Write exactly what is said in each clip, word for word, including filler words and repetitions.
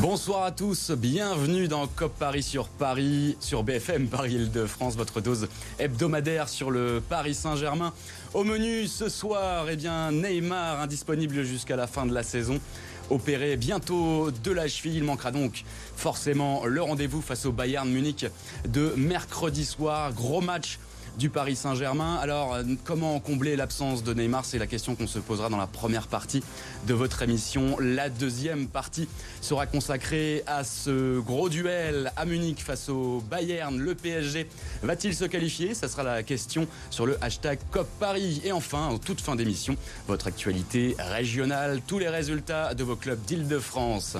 Bonsoir à tous, bienvenue dans C O P Paris sur Paris, sur B F M Paris Île-de-France, votre dose hebdomadaire sur le Paris Saint-Germain. Au menu ce soir, eh bien, Neymar indisponible jusqu'à la fin de la saison. Opéré bientôt de la cheville, il manquera donc forcément le rendez-vous face au Bayern Munich de mercredi soir. Gros match du Paris Saint-Germain. Alors, comment combler l'absence de Neymar? C'est la question qu'on se posera dans la première partie de votre émission. La deuxième partie sera consacrée à ce gros duel à Munich face au Bayern. Le P S G va-t-il se qualifier? Ça sera la question sur le hashtag C O P Paris. Et enfin, en toute fin d'émission, votre actualité régionale, tous les résultats de vos clubs d'Île-de-France.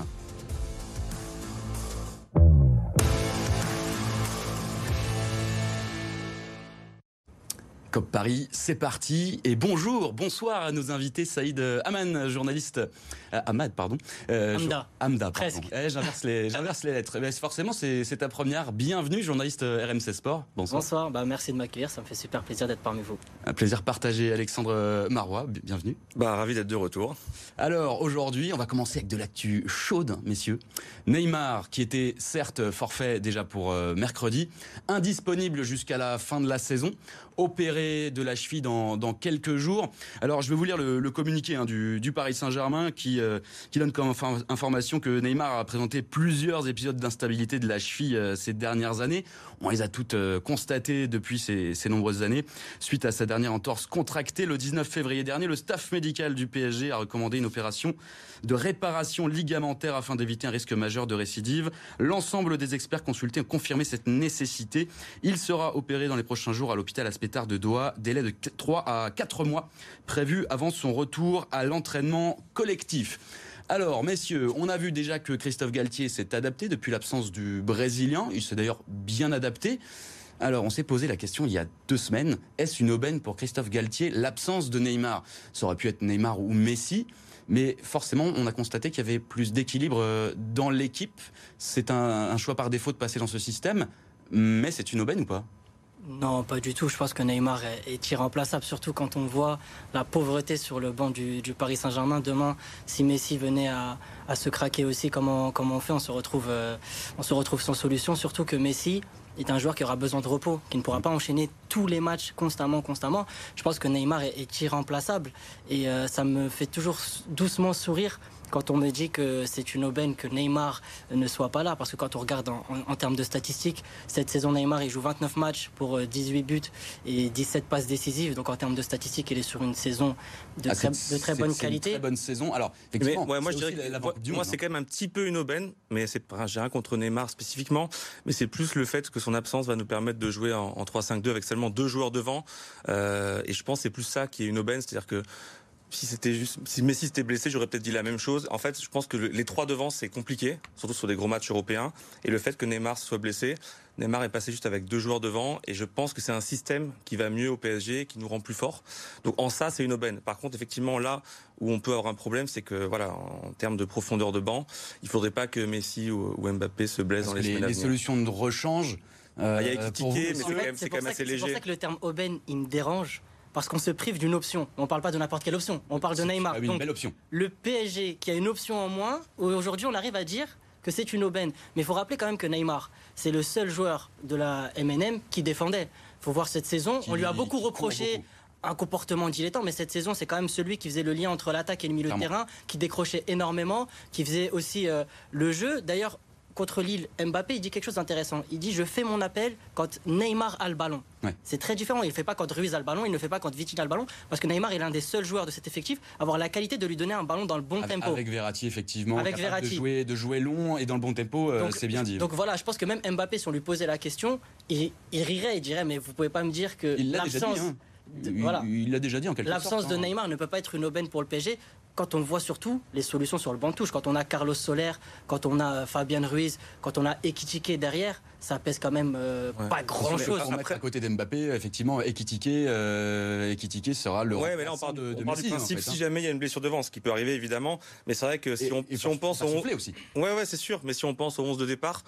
C O P Paris, c'est parti. Et bonjour, bonsoir à nos invités. Saïd Aman, journaliste. Euh, Ahmad, pardon. Euh, Hamda. Hamda, pardon. Presque. Eh, j'inverse, les, j'inverse les lettres. Mais forcément, c'est, c'est ta première. Bienvenue, journaliste R M C Sport. Bonsoir. Bonsoir, bah, merci de m'accueillir. Ça me fait super plaisir d'être parmi vous. Un plaisir partagé. Alexandre Marois, bienvenue. Bah, ravi d'être de retour. Alors, aujourd'hui, on va commencer avec de l'actu chaude, messieurs. Neymar, qui était certes forfait déjà pour euh, mercredi, indisponible jusqu'à la fin de la saison, opéré de la cheville dans, dans quelques jours. Alors, je vais vous lire le, le communiqué hein, du, du Paris Saint-Germain qui, euh, qui donne comme enfin, information que Neymar a présenté plusieurs épisodes d'instabilité de la cheville euh, ces dernières années. On les a toutes euh, constatées depuis ces, ces nombreuses années. Suite à sa dernière entorse contractée le dix-neuf février dernier, le staff médical du P S G a recommandé une opération de réparation ligamentaire afin d'éviter un risque majeur de récidive. L'ensemble des experts consultés ont confirmé cette nécessité. Il sera opéré dans les prochains jours à l'hôpital Aspetar de Doha, délai de trois à quatre mois prévu avant son retour à l'entraînement collectif. Alors, messieurs, on a vu déjà que Christophe Galtier s'est adapté depuis l'absence du Brésilien. Il s'est d'ailleurs bien adapté. Alors, on s'est posé la question il y a deux semaines. Est-ce une aubaine pour Christophe Galtier, l'absence de Neymar? Ça aurait pu être Neymar ou Messi. Mais forcément, on a constaté qu'il y avait plus d'équilibre dans l'équipe. C'est un, un choix par défaut de passer dans ce système. Mais c'est une aubaine ou pas? Non, pas du tout. Je pense que Neymar est, est irremplaçable, surtout quand on voit la pauvreté sur le banc du, du Paris Saint-Germain. Demain, si Messi venait à, à se craquer aussi, comment, comment on fait? On se retrouve, euh, on se retrouve sans solution. Surtout que Messi est un joueur qui aura besoin de repos, qui ne pourra pas enchaîner tous les matchs constamment, constamment. Je pense que Neymar est, est irremplaçable et euh, ça me fait toujours doucement sourire quand on me dit que c'est une aubaine que Neymar ne soit pas là, parce que quand on regarde en, en, en termes de statistiques, cette saison Neymar il joue vingt-neuf matchs pour dix-huit buts et dix-sept passes décisives, donc en termes de statistiques il est sur une saison de, ah, très, de très bonne c'est qualité. Une très bonne saison. Alors, mais, ouais, moi je dirais que, moi, moi c'est quand même un petit peu une aubaine, mais c'est pas, j'ai rien contre Neymar spécifiquement, mais c'est plus le fait que son absence va nous permettre de jouer en, en trois cinq deux avec seulement deux joueurs devant, euh, et je pense que c'est plus ça qui est une aubaine, c'est-à-dire que Si c'était juste, si Messi s'était blessé, j'aurais peut-être dit la même chose. En fait, je pense que le, les trois devant, c'est compliqué, surtout sur des gros matchs européens. Et le fait que Neymar soit blessé, Neymar est passé juste avec deux joueurs devant. Et je pense que c'est un système qui va mieux au P S G, qui nous rend plus forts. Donc en ça, c'est une aubaine. Par contre, effectivement, là où on peut avoir un problème, c'est que voilà, en termes de profondeur de banc, il faudrait pas que Messi ou, ou Mbappé se blessent Parce dans les, les semaines à les venir. solutions de rechange. Euh, il y a Ekitike, mais c'est En quand fait, même, c'est c'est quand même pour assez ça que- léger. C'est pour ça que le terme aubaine, il me dérange. Parce qu'on se prive d'une option. On ne parle pas de n'importe quelle option. On parle de Neymar. Ah oui, une Donc, belle option. le P S G qui a une option en moins, aujourd'hui on arrive à dire que c'est une aubaine. Mais il faut rappeler quand même que Neymar, c'est le seul joueur de la M N M qui défendait. Il faut voir cette saison, Qui- on lui a beaucoup qui reproché beaucoup. un comportement dilettant, mais cette saison c'est quand même celui qui faisait le lien entre l'attaque et le milieu Clairement. de terrain, qui décrochait énormément, qui faisait aussi euh, le jeu. D'ailleurs, contre Lille, Mbappé, il dit quelque chose d'intéressant. Il dit « Je fais mon appel quand Neymar a le ballon Ouais. ». C'est très différent. Il ne le fait pas quand Ruiz a le ballon, il ne le fait pas quand Vitinha a le ballon, parce que Neymar est l'un des seuls joueurs de cet effectif à avoir la qualité de lui donner un ballon dans le bon Avec, tempo. avec Verratti, effectivement. Avec capable Verratti. De jouer, de jouer long et dans le bon tempo, euh, Donc, c'est bien dit. Donc voilà, je pense que même Mbappé, si on lui posait la question, il, il rirait, il dirait « Mais vous ne pouvez pas me dire que Il l'a déjà dit. l'absence... Hein. de- Il- voilà. Il l'a déjà dit en quelque sorte. L'absence de hein. Neymar ne peut pas être une aubaine pour le P S G quand on voit surtout les solutions sur le banc de touche. Quand on a Carlos Soler, quand on a Fabien Ruiz, quand on a Ekitike derrière, ça pèse quand même euh, Ouais. pas grand-chose. Pour mettre à côté d'Mbappé, effectivement, Ekitike, euh, Ekitike sera le Ouais, mais là on remplaçant parle, de, de on parle Messi, du en principe fait, hein. si jamais il y a une blessure devant, ce qui peut arriver évidemment, mais c'est vrai que si Et- on, et si on faut- pense faut au pas on- souffler aussi. ouais ouais c'est sûr, mais si on pense au onze de départ,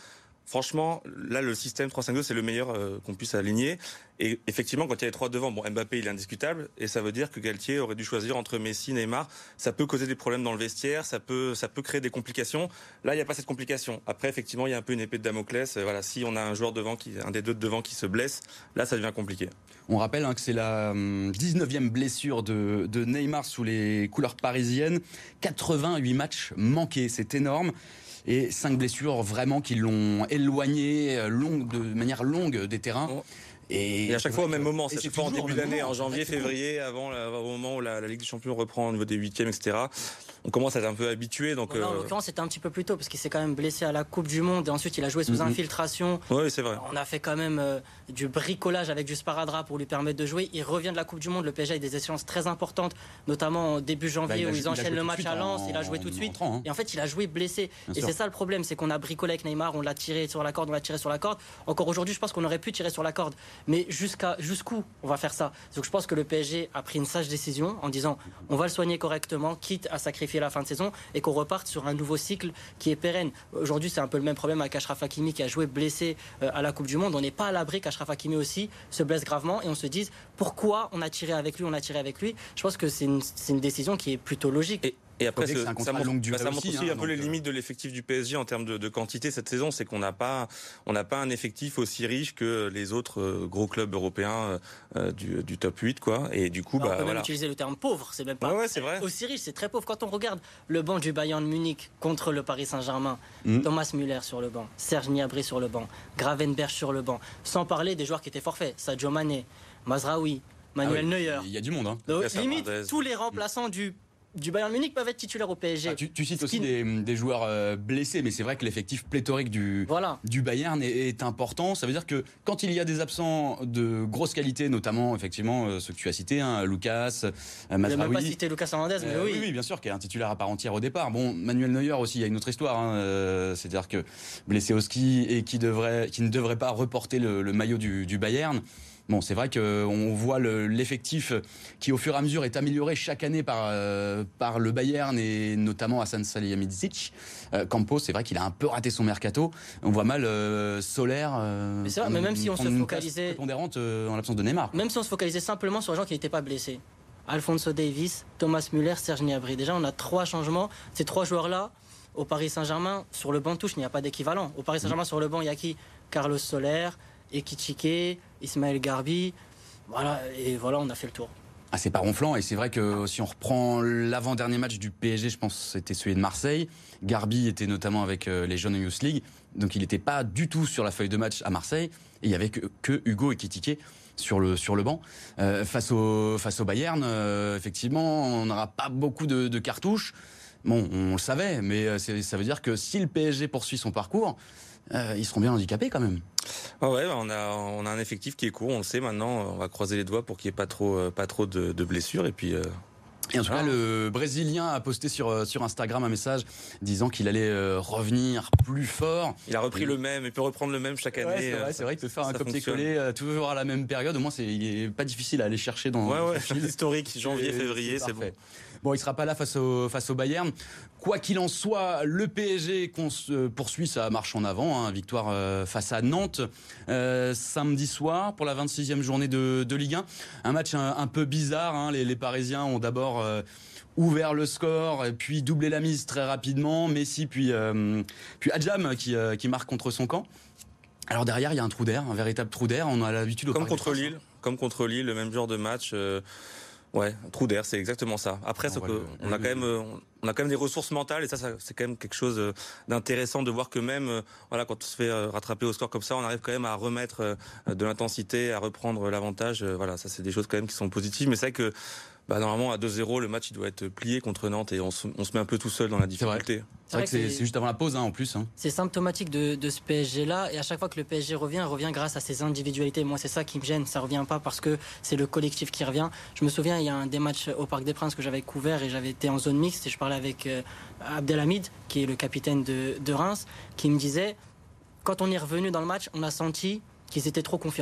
franchement, là, le système trois cinq deux, c'est le meilleur euh, qu'on puisse aligner. Et effectivement, quand il y a les trois devant, bon, Mbappé, il est indiscutable, et ça veut dire que Galtier aurait dû choisir entre Messi, Neymar. Ça peut causer des problèmes dans le vestiaire, ça peut, ça peut créer des complications. Là, il n'y a pas cette complication. Après, effectivement, il y a un peu une épée de Damoclès. Voilà, si on a un joueur devant, qui, un des deux de devant qui se blesse, là, ça devient compliqué. On rappelle hein, que c'est la hum, dix-neuvième blessure de, de Neymar sous les couleurs parisiennes. quatre-vingt-huit matchs manqués, c'est énorme. Et cinq blessures vraiment qui l'ont éloigné longue, de manière longue des terrains. Oh. Et, et à chaque fois au même moment, c'est à chaque fois en début d'année, en janvier, février, avant, au moment où la, la Ligue des Champions reprend au niveau des huitièmes, et cetera. On commence à être un peu habitué. Donc, non, non, en l'occurrence, c'était un petit peu plus tôt parce qu'il s'est quand même blessé à la Coupe du Monde et ensuite il a joué sous mm-hmm. infiltration. Oui, c'est vrai. On a fait quand même euh, du bricolage avec du sparadrap pour lui permettre de jouer. Il revient de la Coupe du Monde. Le P S G a des échéances très importantes, notamment en début janvier bah, où ils enchaînent le match à Lens. Il a joué tout de suite. Entrant, hein. Et en fait, il a joué blessé. Bien et sûr. C'est ça le problème, c'est qu'on a bricolé avec Neymar, on l'a tiré sur la corde, on l'a tiré sur la corde. Encore aujourd'hui, je pense qu'on aurait pu tirer sur la corde. Mais jusqu'à jusqu'où on va faire ça? Donc je pense que le P S G a pris une sage décision en disant on va le soigner correctement, quitte à sacrifier la fin de saison et qu'on reparte sur un nouveau cycle qui est pérenne. Aujourd'hui, c'est un peu le même problème avec Achraf Hakimi qui a joué blessé à la Coupe du Monde. On n'est pas à l'abri qu'Achraf Hakimi aussi se blesse gravement et on se dise pourquoi on a tiré avec lui, on a tiré avec lui. Je pense que c'est une, c'est une décision qui est plutôt logique. Et... Et après, ce, ça montre, bah, ça montre aussi, aussi hein, un peu les limites de l'effectif du P S G en termes de, de quantité cette saison. C'est qu'on n'a pas, on n'a pas un effectif aussi riche que les autres euh, gros clubs européens euh, du, du top huit, quoi. Et du coup, Alors, bah, on peut voilà. même utiliser le terme pauvre. C'est même pas ouais, ouais, c'est vrai. aussi riche. C'est très pauvre. Quand on regarde le banc du Bayern Munich contre le Paris Saint-Germain, mmh. Thomas Müller sur le banc, Serge Gnabry sur le banc, Gravenberch sur le banc, sans parler des joueurs qui étaient forfaits, Sadio Mané, Mazraoui, Manuel ah oui, Neuer. Il y a du monde. Hein. Donc, limite, tous les remplaçants du du Bayern Munich peuvent être titulaires au P S G. Ah, tu, tu cites aussi qui... des, des joueurs euh, blessés, mais c'est vrai que l'effectif pléthorique du, voilà. du Bayern est, est important. Ça veut dire que quand il y a des absents de grosse qualité, notamment effectivement euh, ceux que tu as cités, hein, Lucas, euh, Mazraoui. Je n'ai même pas cité Lucas Hernandez, mais euh, oui. oui. Oui, bien sûr, qui est un titulaire à part entière au départ. Bon, Manuel Neuer aussi, il y a une autre histoire. Hein, euh, c'est-à-dire que blessé au ski et qui, devrait, qui ne devrait pas reporter le, le maillot du, du Bayern. Bon, c'est vrai qu'on voit le, l'effectif qui, au fur et à mesure, est amélioré chaque année par, euh, par le Bayern et notamment Hasan Salihamidzic. Euh, Campos, c'est vrai qu'il a un peu raté son mercato. On voit mal euh, Solaire. Euh, mais c'est vrai, mais même si on se focalisait prépondérante euh, en l'absence de Neymar. Même si on se focalisait simplement sur les gens qui n'étaient pas blessés. Alphonso Davies, Thomas Müller, Serge Gnabry. Déjà, on a trois changements. Ces trois joueurs-là, au Paris Saint-Germain, sur le banc de touche, il n'y a pas d'équivalent. Au Paris Saint-Germain, mmh. sur le banc, il y a qui? Carlos Soler, Ekitike, Ismaël Garbi, voilà, et voilà, on a fait le tour. Ah, c'est pas ronflant, et c'est vrai que si on reprend l'avant-dernier match du P S G, je pense que c'était celui de Marseille. Garbi était notamment avec euh, les jeunes Youth League, donc il n'était pas du tout sur la feuille de match à Marseille, et il y avait que, que Hugo Ekitike sur le sur le banc. Euh, face au face au Bayern, euh, effectivement, on n'aura pas beaucoup de, de cartouches. Bon, on le savait, mais c'est, ça veut dire que si le P S G poursuit son parcours, euh, ils seront bien handicapés quand même. Ah ouais, on a on a un effectif qui est court, on le sait maintenant. On va croiser les doigts pour qu'il n'y ait pas trop pas trop de, de blessures et puis. Euh... Et en tout cas, le Brésilien a posté sur, sur Instagram un message disant qu'il allait euh, revenir plus fort. Il a repris et... le même, il peut reprendre le même chaque année. Ouais, c'est vrai, c'est vrai, il peut faire un copier-coller euh, toujours à la même période. Au moins, c'est, il est pas difficile à aller chercher dans. Ouais, ouais, l'historique, janvier, février, c'est, c'est bon. Bon, il sera pas là face au, face au Bayern. Quoi qu'il en soit, le P S G poursuit sa marche en avant. Hein, victoire euh, face à Nantes euh, samedi soir pour la vingt-sixième journée de, de Ligue un. Un match un, un peu bizarre. Hein, les, les Parisiens ont d'abord euh, ouvert le score et puis doublé la mise très rapidement. Messi puis euh, puis Adjam qui, euh, qui marque contre son camp. Alors derrière, il y a un trou d'air, un véritable trou d'air. On a l'habitude. Comme contre Lille, comme contre Lille, le même genre de match. Euh... Ouais, un trou d'air, c'est exactement ça. Après, on, que, on a quand même, on a quand même des ressources mentales et ça, ça, c'est quand même quelque chose d'intéressant de voir que même, voilà, quand on se fait rattraper au score comme ça, on arrive quand même à remettre de l'intensité, à reprendre l'avantage. Voilà, ça, c'est des choses quand même qui sont positives. Mais c'est vrai que, bah, normalement, à deux zéro, le match, il doit être plié contre Nantes et on se, on se met un peu tout seul dans la difficulté. C'est vrai que c'est, c'est juste avant la pause, hein, en plus. Hein. C'est symptomatique de, de ce P S G-là. Et à chaque fois que le P S G revient, il revient grâce à ses individualités. Moi, c'est ça qui me gêne. Ça revient pas parce que c'est le collectif qui revient. Je me souviens, il y a un des matchs au Parc des Princes que j'avais couvert et j'avais été en zone mixte et je parlais avec euh, Abdelhamid, qui est le capitaine de, de Reims, qui me disait, quand on est revenu dans le match, on a senti qu'ils étaient trop confiants.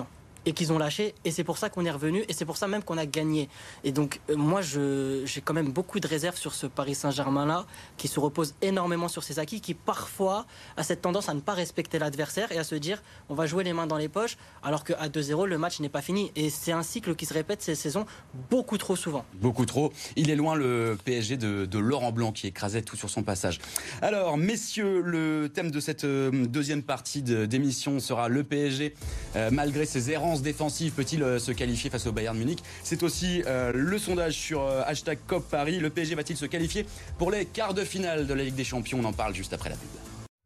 et qu'ils ont lâché, et c'est pour ça qu'on est revenu, et c'est pour ça même qu'on a gagné. Et donc euh, moi je, j'ai quand même beaucoup de réserves sur ce Paris Saint-Germain là, qui se repose énormément sur ses acquis, qui parfois a cette tendance à ne pas respecter l'adversaire et à se dire on va jouer les mains dans les poches, alors qu'à deux zéro le match n'est pas fini, et c'est un cycle qui se répète ces saisons beaucoup trop souvent. Beaucoup trop. Il est loin le P S G de, de Laurent Blanc qui écrasait tout sur son passage. Alors messieurs, le thème de cette deuxième partie de, d'émission sera le P S G, euh, malgré ses errances défensives, peut-il euh, se qualifier face au Bayern Munich? C'est aussi euh, le sondage sur euh, hashtag C O P Paris. Le P S G va-t-il se qualifier pour les quarts de finale de la Ligue des Champions? On en parle juste après la pub.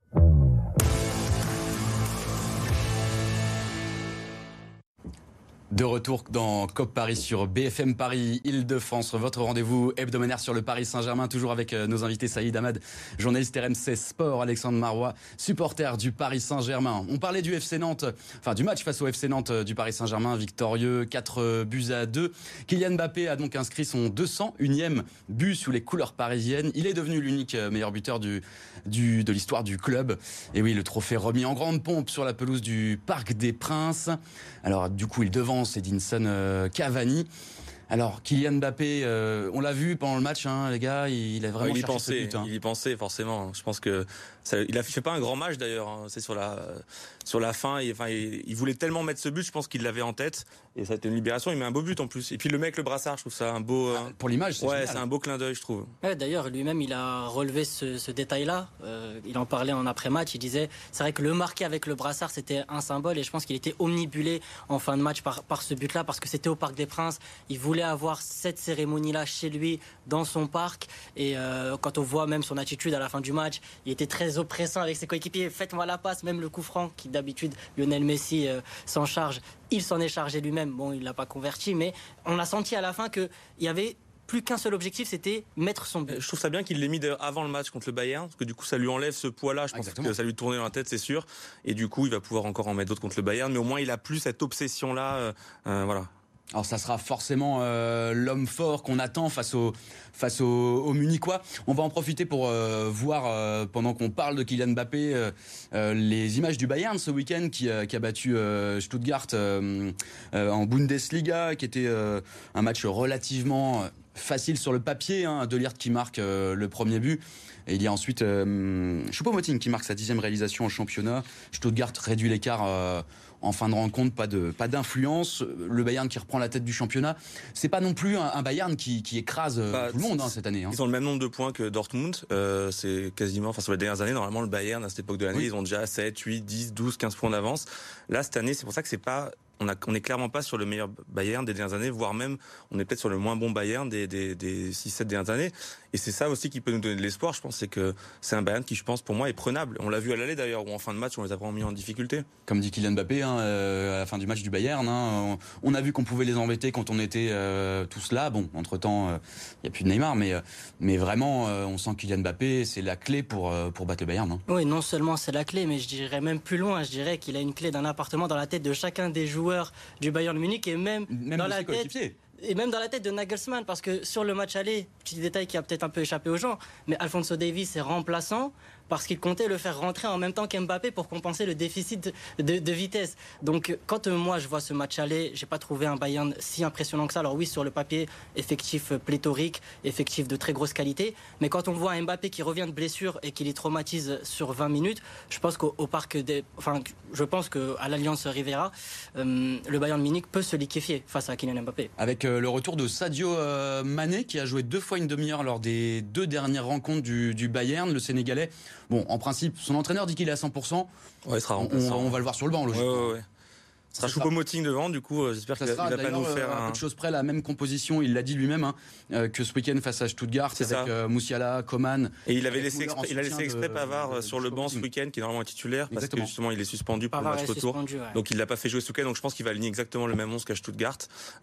De retour dans C O P Paris sur B F M Paris Île-de-France, votre rendez-vous hebdomadaire sur le Paris Saint-Germain, toujours avec nos invités Saïd Ahmad, journaliste R M C Sport, Alexandre Marois, supporter du Paris Saint-Germain. On parlait du F C Nantes, enfin du match face au F C Nantes du Paris Saint-Germain, victorieux, quatre buts à deux. Kylian Mbappé a donc inscrit son deux cent unième but sous les couleurs parisiennes. Il est devenu l'unique meilleur buteur du, du, de l'histoire du club. Et oui, le trophée remis en grande pompe sur la pelouse du Parc des Princes. Alors du coup, il devance Edinson euh, Cavani. Alors Kylian Mbappé, euh, on l'a vu pendant le match, hein, les gars, il, il a vraiment il y cherché pensait, ce but. Hein. Il y pensait forcément. Je pense que ça, il a fait pas un grand match d'ailleurs. Hein. C'est sur la sur la fin. Il, enfin, il, il voulait tellement mettre ce but, je pense qu'il l'avait en tête. Et ça a été une libération. Il met un beau but en plus. Et puis le mec, le brassard, je trouve ça un beau. Ah, pour l'image, c'est ouais, génial. C'est un beau clin d'œil, je trouve. Ouais, d'ailleurs, lui-même, il a relevé ce, ce détail-là. Euh, il en parlait en après-match. Il disait, c'est vrai que le marquer avec le brassard, c'était un symbole. Et je pense qu'il était omnibulé en fin de match par, par ce but-là, parce que c'était au Parc des Princes. Il voulait avoir cette cérémonie-là chez lui, dans son parc. Et euh, quand on voit même son attitude à la fin du match, il était très oppressant avec ses coéquipiers. Faites-moi la passe, même le coup franc, qui d'habitude Lionel Messi euh, s'en charge. Il s'en est chargé lui-même. Bon, il l'a pas converti, mais on a senti à la fin qu'il y avait plus qu'un seul objectif, c'était mettre son but. Je trouve ça bien qu'il l'ait mis avant le match contre le Bayern, parce que du coup ça lui enlève ce poids-là. Je pense Exactement. que ça lui tournait dans la tête, c'est sûr. Et du coup, il va pouvoir encore en mettre d'autres contre le Bayern, mais au moins il a plus cette obsession-là. Euh, euh, voilà. Alors ça sera forcément euh, l'homme fort qu'on attend face au face au, au Munichois. On va en profiter pour euh, voir euh, pendant qu'on parle de Kylian Mbappé euh, euh, les images du Bayern ce week-end qui, euh, qui a battu euh, Stuttgart euh, euh, en Bundesliga, qui était euh, un match relativement facile sur le papier. Hein, De Ligt qui marque euh, le premier but. Et il y a ensuite euh, Choupo-Moting qui marque sa dixième réalisation au championnat. Stuttgart réduit l'écart euh, en fin de rencontre, pas de pas d'influence. Le Bayern qui reprend la tête du championnat. C'est pas non plus un, un Bayern qui, qui écrase bah, tout le monde hein, cette année. Hein. Ils ont le même nombre de points que Dortmund. Euh, c'est quasiment, enfin sur les dernières années, normalement le Bayern à cette époque de l'année, oui. Ils ont déjà sept, huit, dix, douze, quinze points d'avance. Là cette année, c'est pour ça que c'est pas On, a, on est clairement pas sur le meilleur Bayern des dernières années, voire même on est peut-être sur le moins bon Bayern des, des, des six sept dernières années. Et c'est ça aussi qui peut nous donner de l'espoir, je pense, c'est que c'est un Bayern qui, je pense, pour moi, est prenable. On l'a vu à l'aller d'ailleurs, où en fin de match, on les a vraiment mis en difficulté. Comme dit Kylian Mbappé, hein, euh, à la fin du match du Bayern, hein, on, on a vu qu'on pouvait les embêter quand on était euh, tous là. Bon, entre-temps, il euh, n'y a plus de Neymar, mais, euh, mais vraiment, euh, on sent que Kylian Mbappé, c'est la clé pour, euh, pour battre le Bayern. Hein. Oui, non seulement c'est la clé, mais je dirais même plus loin. Je dirais qu'il a une clé d'un appartement dans la tête de chacun des joueurs du Bayern Munich et même, même dans la tête et même dans la tête de Nagelsmann, parce que sur le match aller, petit détail qui a peut-être un peu échappé aux gens, mais Alphonso Davies est remplaçant parce qu'il comptait le faire rentrer en même temps qu'Mbappé pour compenser le déficit de, de, de vitesse. Donc quand euh, moi je vois ce match aller, j'ai pas trouvé un Bayern si impressionnant que ça. Alors oui, sur le papier, effectif pléthorique, effectif de très grosse qualité, mais quand on voit Mbappé qui revient de blessure et qui les traumatise sur vingt minutes, je pense qu'au au parc des, enfin, je pense qu'à l'Alliance Riviera, euh, le Bayern Munich peut se liquéfier face à Kylian Mbappé. Avec euh, le retour de Sadio euh, Mané qui a joué deux fois une demi-heure lors des deux dernières rencontres du, du Bayern, le Sénégalais. Bon, en principe, son entraîneur dit qu'il est à cent pour cent. Ouais, il sera on, on, on va le voir sur le banc, logiquement. Ouais, ouais, ouais. Ce sera Choupo-Moting devant, du coup, euh, j'espère qu'il va, il va pas nous faire euh, un... peu de choses près la même composition, il l'a dit lui-même, hein, euh, que ce week-end face à Stuttgart, c'est avec euh, Moussiala, Coman. Et il avait laissé exprès, il a laissé exprès de, Pavard de, de, sur le banc ce week-end, qui est normalement titulaire, parce exactement. que justement il est suspendu pour Pavard le match retour. Ouais. Donc il l'a pas fait jouer ce week-end, donc je pense qu'il va aligner exactement le même onze qu'à Stuttgart,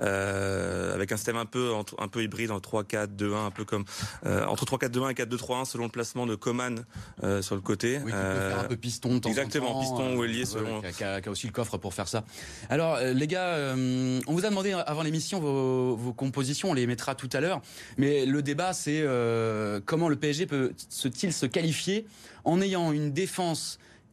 euh, avec un système un peu, un peu hybride en trois quatre deux un, un peu comme, euh, entre trois quatre deux un et quatre deux trois un, selon le placement de Coman euh, sur le côté. Oui, euh, peut faire un peu piston de temps exactement, en temps, piston ou ailier, euh, selon. Qui a, qui a aussi le coffre pour faire ça. Alors, les gars, euh, on vous a demandé avant l'émission vos, vos compositions, on les mettra tout à l'heure. Mais le débat, c'est euh, comment le P S G peut-il se qualifier en ayant une défense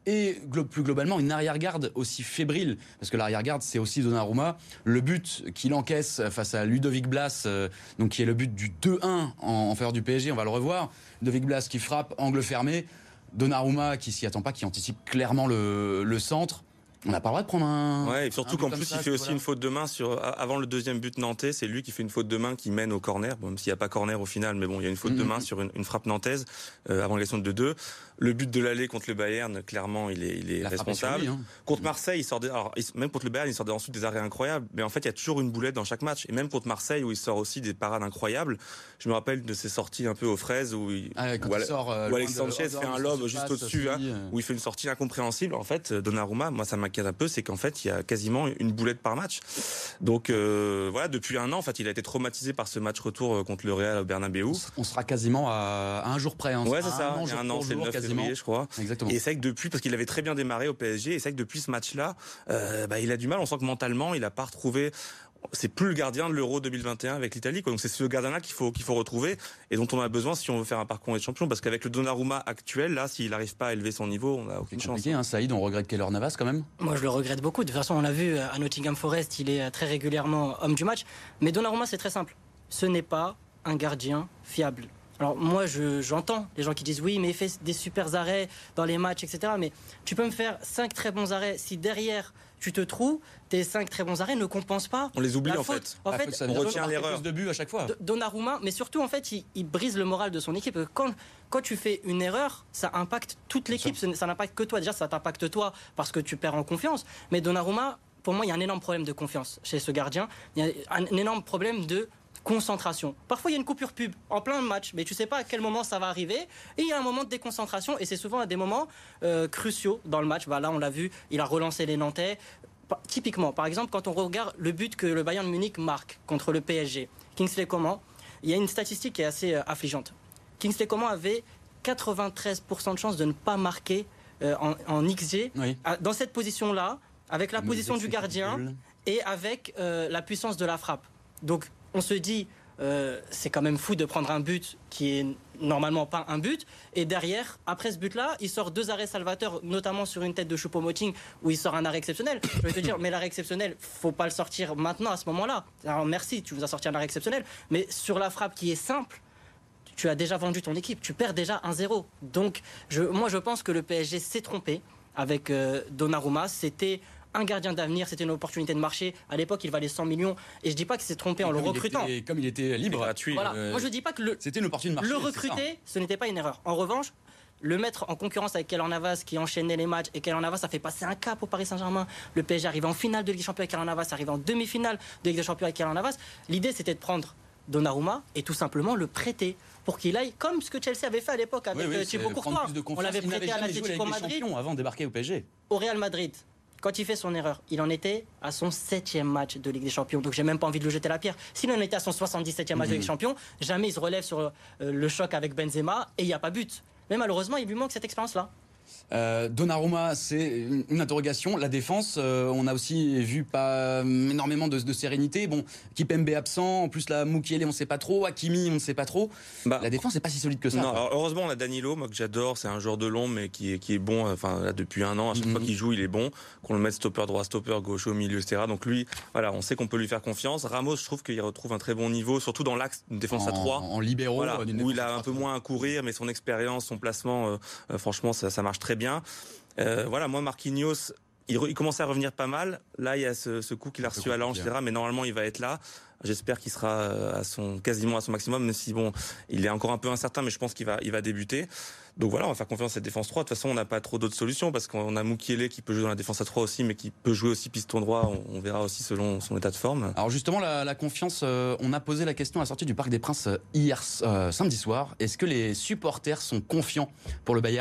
et glo- plus globalement une arrière-garde aussi fébrile, parce que l'arrière-garde c'est aussi Donnarumma. Le but qu'il encaisse face à Ludovic Blas, euh, donc qui est le but du deux un en, en faveur du P S G, on va le revoir. Ludovic Blas qui frappe, angle fermé. Donnarumma qui s'y attend pas, qui anticipe clairement le, le centre. On n'a pas le droit de prendre un. Ouais, et surtout qu'en plus, ça, il fait aussi voilà. une faute de main sur, avant le deuxième but nantais. C'est lui qui fait une faute de main qui mène au corner. Bon, même s'il n'y a pas corner au final, mais bon, il y a une faute mmh. de main sur une, une frappe nantaise, euh, avant l'égalisation de deux deux. Le but de l'aller contre le Bayern, clairement, il est, il est responsable. Lui, hein. Contre Marseille, il sort des, alors, même contre le Bayern, il sort ensuite des arrêts incroyables. Mais en fait, il y a toujours une boulette dans chaque match. Et même contre Marseille, où il sort aussi des parades incroyables. Je me rappelle de ses sorties un peu aux fraises, où, il, ah, où, il sort, euh, où Alex Sanchez fait un lob juste au-dessus, hein, euh... où il fait une sortie incompréhensible. En fait, Donnarumma, moi, ça m'inquiète un peu, c'est qu'en fait, il y a quasiment une boulette par match. Donc euh, voilà, depuis un an, en fait, il a été traumatisé par ce match retour contre le Real au Bernabéu. On sera quasiment à, à un jour près. Hein. Ouais, c'est ça. Il y a un an, c'est le neuf février, je crois. Exactement. Et c'est vrai que depuis, parce qu'il avait très bien démarré au P S G, et c'est vrai que depuis ce match-là, euh, bah, il a du mal. On sent que mentalement, il a pas retrouvé. C'est plus le gardien de l'Euro deux mille vingt et un avec l'Italie, quoi. Donc c'est ce gardien-là qu'il faut qu'il faut retrouver et dont on a besoin si on veut faire un parcours de champion, parce qu'avec le Donnarumma actuel, là, s'il n'arrive pas à élever son niveau, on n'a aucune chance. Hein, Saïd, on regrette Keylor Navas quand même. Moi, je le regrette beaucoup. De toute façon, on l'a vu à Nottingham Forest, il est très régulièrement homme du match. Mais Donnarumma, c'est très simple. Ce n'est pas un gardien fiable. Alors moi, je, j'entends les gens qui disent oui, mais il fait des super arrêts dans les matchs, et cetera. Mais tu peux me faire cinq très bons arrêts si derrière tu te trouves, tes cinq très bons arrêts ne compensent pas. On les oublie la en faute. fait. En ah, fait, on retient l'erreur. De but à chaque fois. Donnarumma, mais surtout en fait, il, il brise le moral de son équipe. Quand quand tu fais une erreur, ça impacte toute l'équipe. Ça, ça n'impacte que toi. Déjà, ça t'impacte toi parce que tu perds en confiance. Mais Donnarumma, pour moi, il y a un énorme problème de confiance chez ce gardien. Il y a un énorme problème de concentration. Parfois, il y a une coupure pub en plein match, mais tu sais pas à quel moment ça va arriver. Et il y a un moment de déconcentration, et c'est souvent à des moments euh, cruciaux dans le match. Bah, là, on l'a vu, il a relancé les Nantais. Typiquement, par exemple, quand on regarde le but que le Bayern Munich marque contre le P S G, Kingsley Coman, il y a une statistique qui est assez euh, affligeante. Kingsley Coman avait quatre-vingt-treize pour cent de chances de ne pas marquer euh, en, en X G oui. à, dans cette position-là, avec la mais position du gardien et avec euh, la puissance de la frappe. Donc, on se dit, euh, c'est quand même fou de prendre un but qui est normalement pas un but. Et derrière, après ce but-là, il sort deux arrêts salvateurs, notamment sur une tête de Choupo-Moting, où il sort un arrêt exceptionnel. Je vais te dire, mais l'arrêt exceptionnel, faut pas le sortir maintenant, à ce moment-là. Alors merci, tu vous as sorti un arrêt exceptionnel. Mais sur la frappe qui est simple, tu as déjà vendu ton équipe. Tu perds déjà un zéro. Donc, je, moi, je pense que le P S G s'est trompé avec euh, Donnarumma. C'était un gardien d'avenir, c'était une opportunité de marché. À l'époque, il valait cent millions. Et je dis pas qu'il s'est trompé et en le recrutant. Était, comme il était libre, gratuit. Voilà. Euh, Moi, je dis pas que le, c'était une opportunité de marché, le recruter, ce n'était pas une erreur. En revanche, le mettre en concurrence avec Keylor Navas qui enchaînait les matchs, et Keylor Navas, ça fait passer un cap au Paris Saint-Germain. Le P S G arrive en finale de Ligue des Champions avec Keylor Navas, arrive en demi-finale de Ligue des Champions avec Keylor Navas. L'idée, c'était de prendre Donnarumma et tout simplement le prêter pour qu'il aille comme ce que Chelsea avait fait à l'époque avec oui, oui, Thibaut Courtois. On l'avait prêté à l'Atlético Madrid avant de débarquer au P S G. Au Real Madrid. Quand il fait son erreur, il en était à son septième match de Ligue des Champions. Donc j'ai même pas envie de lui jeter la pierre. S'il en était à son soixante-dix-septième match mmh. de Ligue des Champions, jamais il se relève sur euh, le choc avec Benzema et il n'y a pas but. Mais malheureusement, il lui manque cette expérience-là. Euh, Donnarumma, c'est une, une interrogation. La défense, euh, on a aussi vu pas énormément de, de sérénité. Bon, Kipembe absent, en plus la Mukiele, on ne sait pas trop. Hakimi, on ne sait pas trop. Bah, la défense n'est pas si solide que ça. Non, alors, heureusement, on a Danilo, moi que j'adore. C'est un joueur de l'ombre, mais qui est, qui est bon. Enfin, là, depuis un an, à chaque mm-hmm. fois qu'il joue, il est bon. Qu'on le mette stopper droit, stopper gauche, au milieu, et cetera. Donc lui, voilà, on sait qu'on peut lui faire confiance. Ramos, je trouve qu'il retrouve un très bon niveau, surtout dans l'axe d'une défense en, à trois. En libéraux, voilà, où il a un peu moins à courir, mais son expérience, son placement, euh, euh, franchement, ça, ça marche très bien. Euh, voilà, moi Marquinhos, il, re, il commençait à revenir pas mal. Là, il y a ce, ce coup qu'il a reçu à l'ange, et cetera. Mais normalement, il va être là. J'espère qu'il sera à son quasiment à son maximum, même si bon, il est encore un peu incertain, mais je pense qu'il va, il va débuter. Donc voilà, on va faire confiance à cette défense trois. De toute façon, on n'a pas trop d'autres solutions parce qu'on a Mukiele qui peut jouer dans la défense à trois aussi, mais qui peut jouer aussi piston droit. On, on verra aussi selon son état de forme. Alors justement, la, la confiance, euh, on a posé la question à la sortie du Parc des Princes hier euh, samedi soir. Est-ce que les supporters sont confiants pour le Bayern ?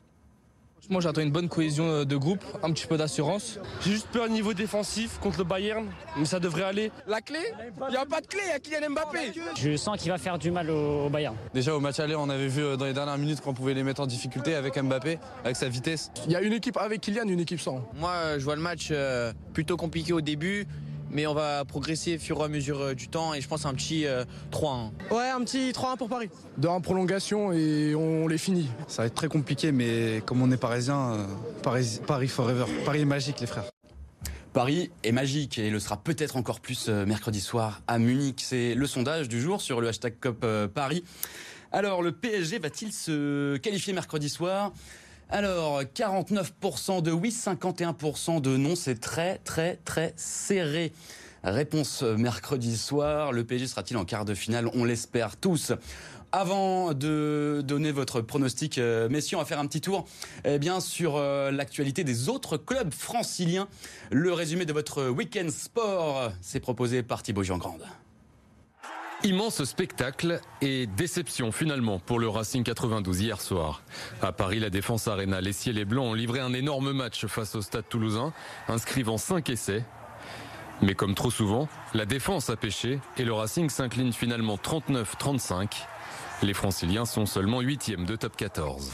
Moi j'attends une bonne cohésion de groupe, un petit peu d'assurance. J'ai juste peur au niveau défensif contre le Bayern, mais ça devrait aller. La clé ? Il n'y a pas de clé, il y a Kylian Mbappé. Je sens qu'il va faire du mal au Bayern. Déjà au match aller, on avait vu dans les dernières minutes qu'on pouvait les mettre en difficulté avec Mbappé, avec sa vitesse. Il y a une équipe avec Kylian, une équipe sans. Moi je vois le match plutôt compliqué au début, mais on va progresser au fur et à mesure du temps et je pense un petit euh, trois un. Ouais, un petit trois un pour Paris. Deux un prolongation et on les finit. Ça va être très compliqué, mais comme on est parisien, euh, Paris, Paris forever. Paris est magique, les frères. Paris est magique et le sera peut-être encore plus mercredi soir à Munich. C'est le sondage du jour sur le hashtag C O P Paris. Alors, le P S G va-t-il se qualifier mercredi soir ? Alors, quarante-neuf pour cent de oui, cinquante et un pour cent de non. C'est très, très, très serré. Réponse mercredi soir. Le P S G sera-t-il en quart de finale ? On l'espère tous. Avant de donner votre pronostic, euh, messieurs, on va faire un petit tour eh bien, sur euh, l'actualité des autres clubs franciliens. Le résumé de votre week-end sport, c'est proposé par Thibaut Giangrande. Immense spectacle et déception finalement pour le Racing quatre-vingt-douze hier soir. À Paris, la Défense Arena, les Ciels et Blancs ont livré un énorme match face au Stade Toulousain, inscrivant cinq essais. Mais comme trop souvent, la défense a pêché et le Racing s'incline finalement trente-neuf à trente-cinq. Les Franciliens sont seulement huitièmes de top quatorze.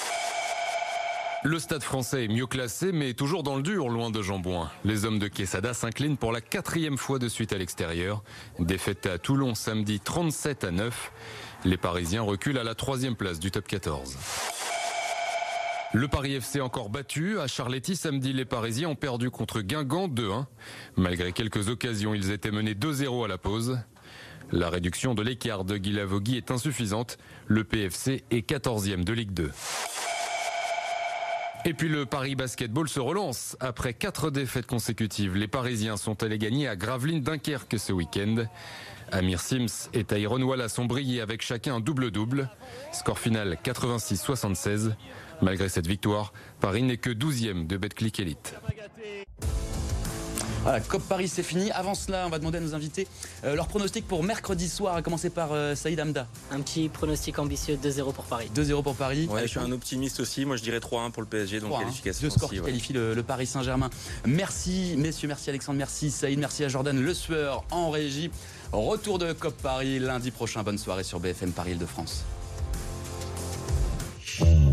Le Stade français est mieux classé, mais toujours dans le dur, loin de Jambouin. Les hommes de Quesada s'inclinent pour la quatrième fois de suite à l'extérieur. Défaite à Toulon samedi trente-sept à neuf. Les Parisiens reculent à la troisième place du top quatorze. Le Paris F C encore battu. À Charletti, samedi, les Parisiens ont perdu contre Guingamp deux un. Malgré quelques occasions, ils étaient menés deux zéro à la pause. La réduction de l'écart de Guy Lavogui est insuffisante. Le P F C est quatorzième de Ligue deux. Et puis le Paris Basketball se relance. Après quatre défaites consécutives, les Parisiens sont allés gagner à Gravelines Dunkerque ce week-end. Amir Sims et Tyrone Wallace ont brillé avec chacun un double-double. Score final quatre-vingt-six à soixante-seize. Malgré cette victoire, Paris n'est que douzième de Betclic Elite. Voilà, C O P Paris, c'est fini. Avant cela, on va demander à nos invités euh, leur pronostic pour mercredi soir, à commencer par euh, Saïd Hamda. Un petit pronostic ambitieux, deux zéro pour Paris. deux zéro pour Paris. Ouais, je suis un optimiste aussi. Moi, je dirais trois un pour le P S G, donc qualification. Deux scores aussi, qui ouais. qualifient le, le Paris Saint-Germain. Merci, messieurs, merci Alexandre, merci Saïd, merci à Jordan Le Sueur en régie. Retour de C O P Paris lundi prochain. Bonne soirée sur B F M Paris Île-de-France.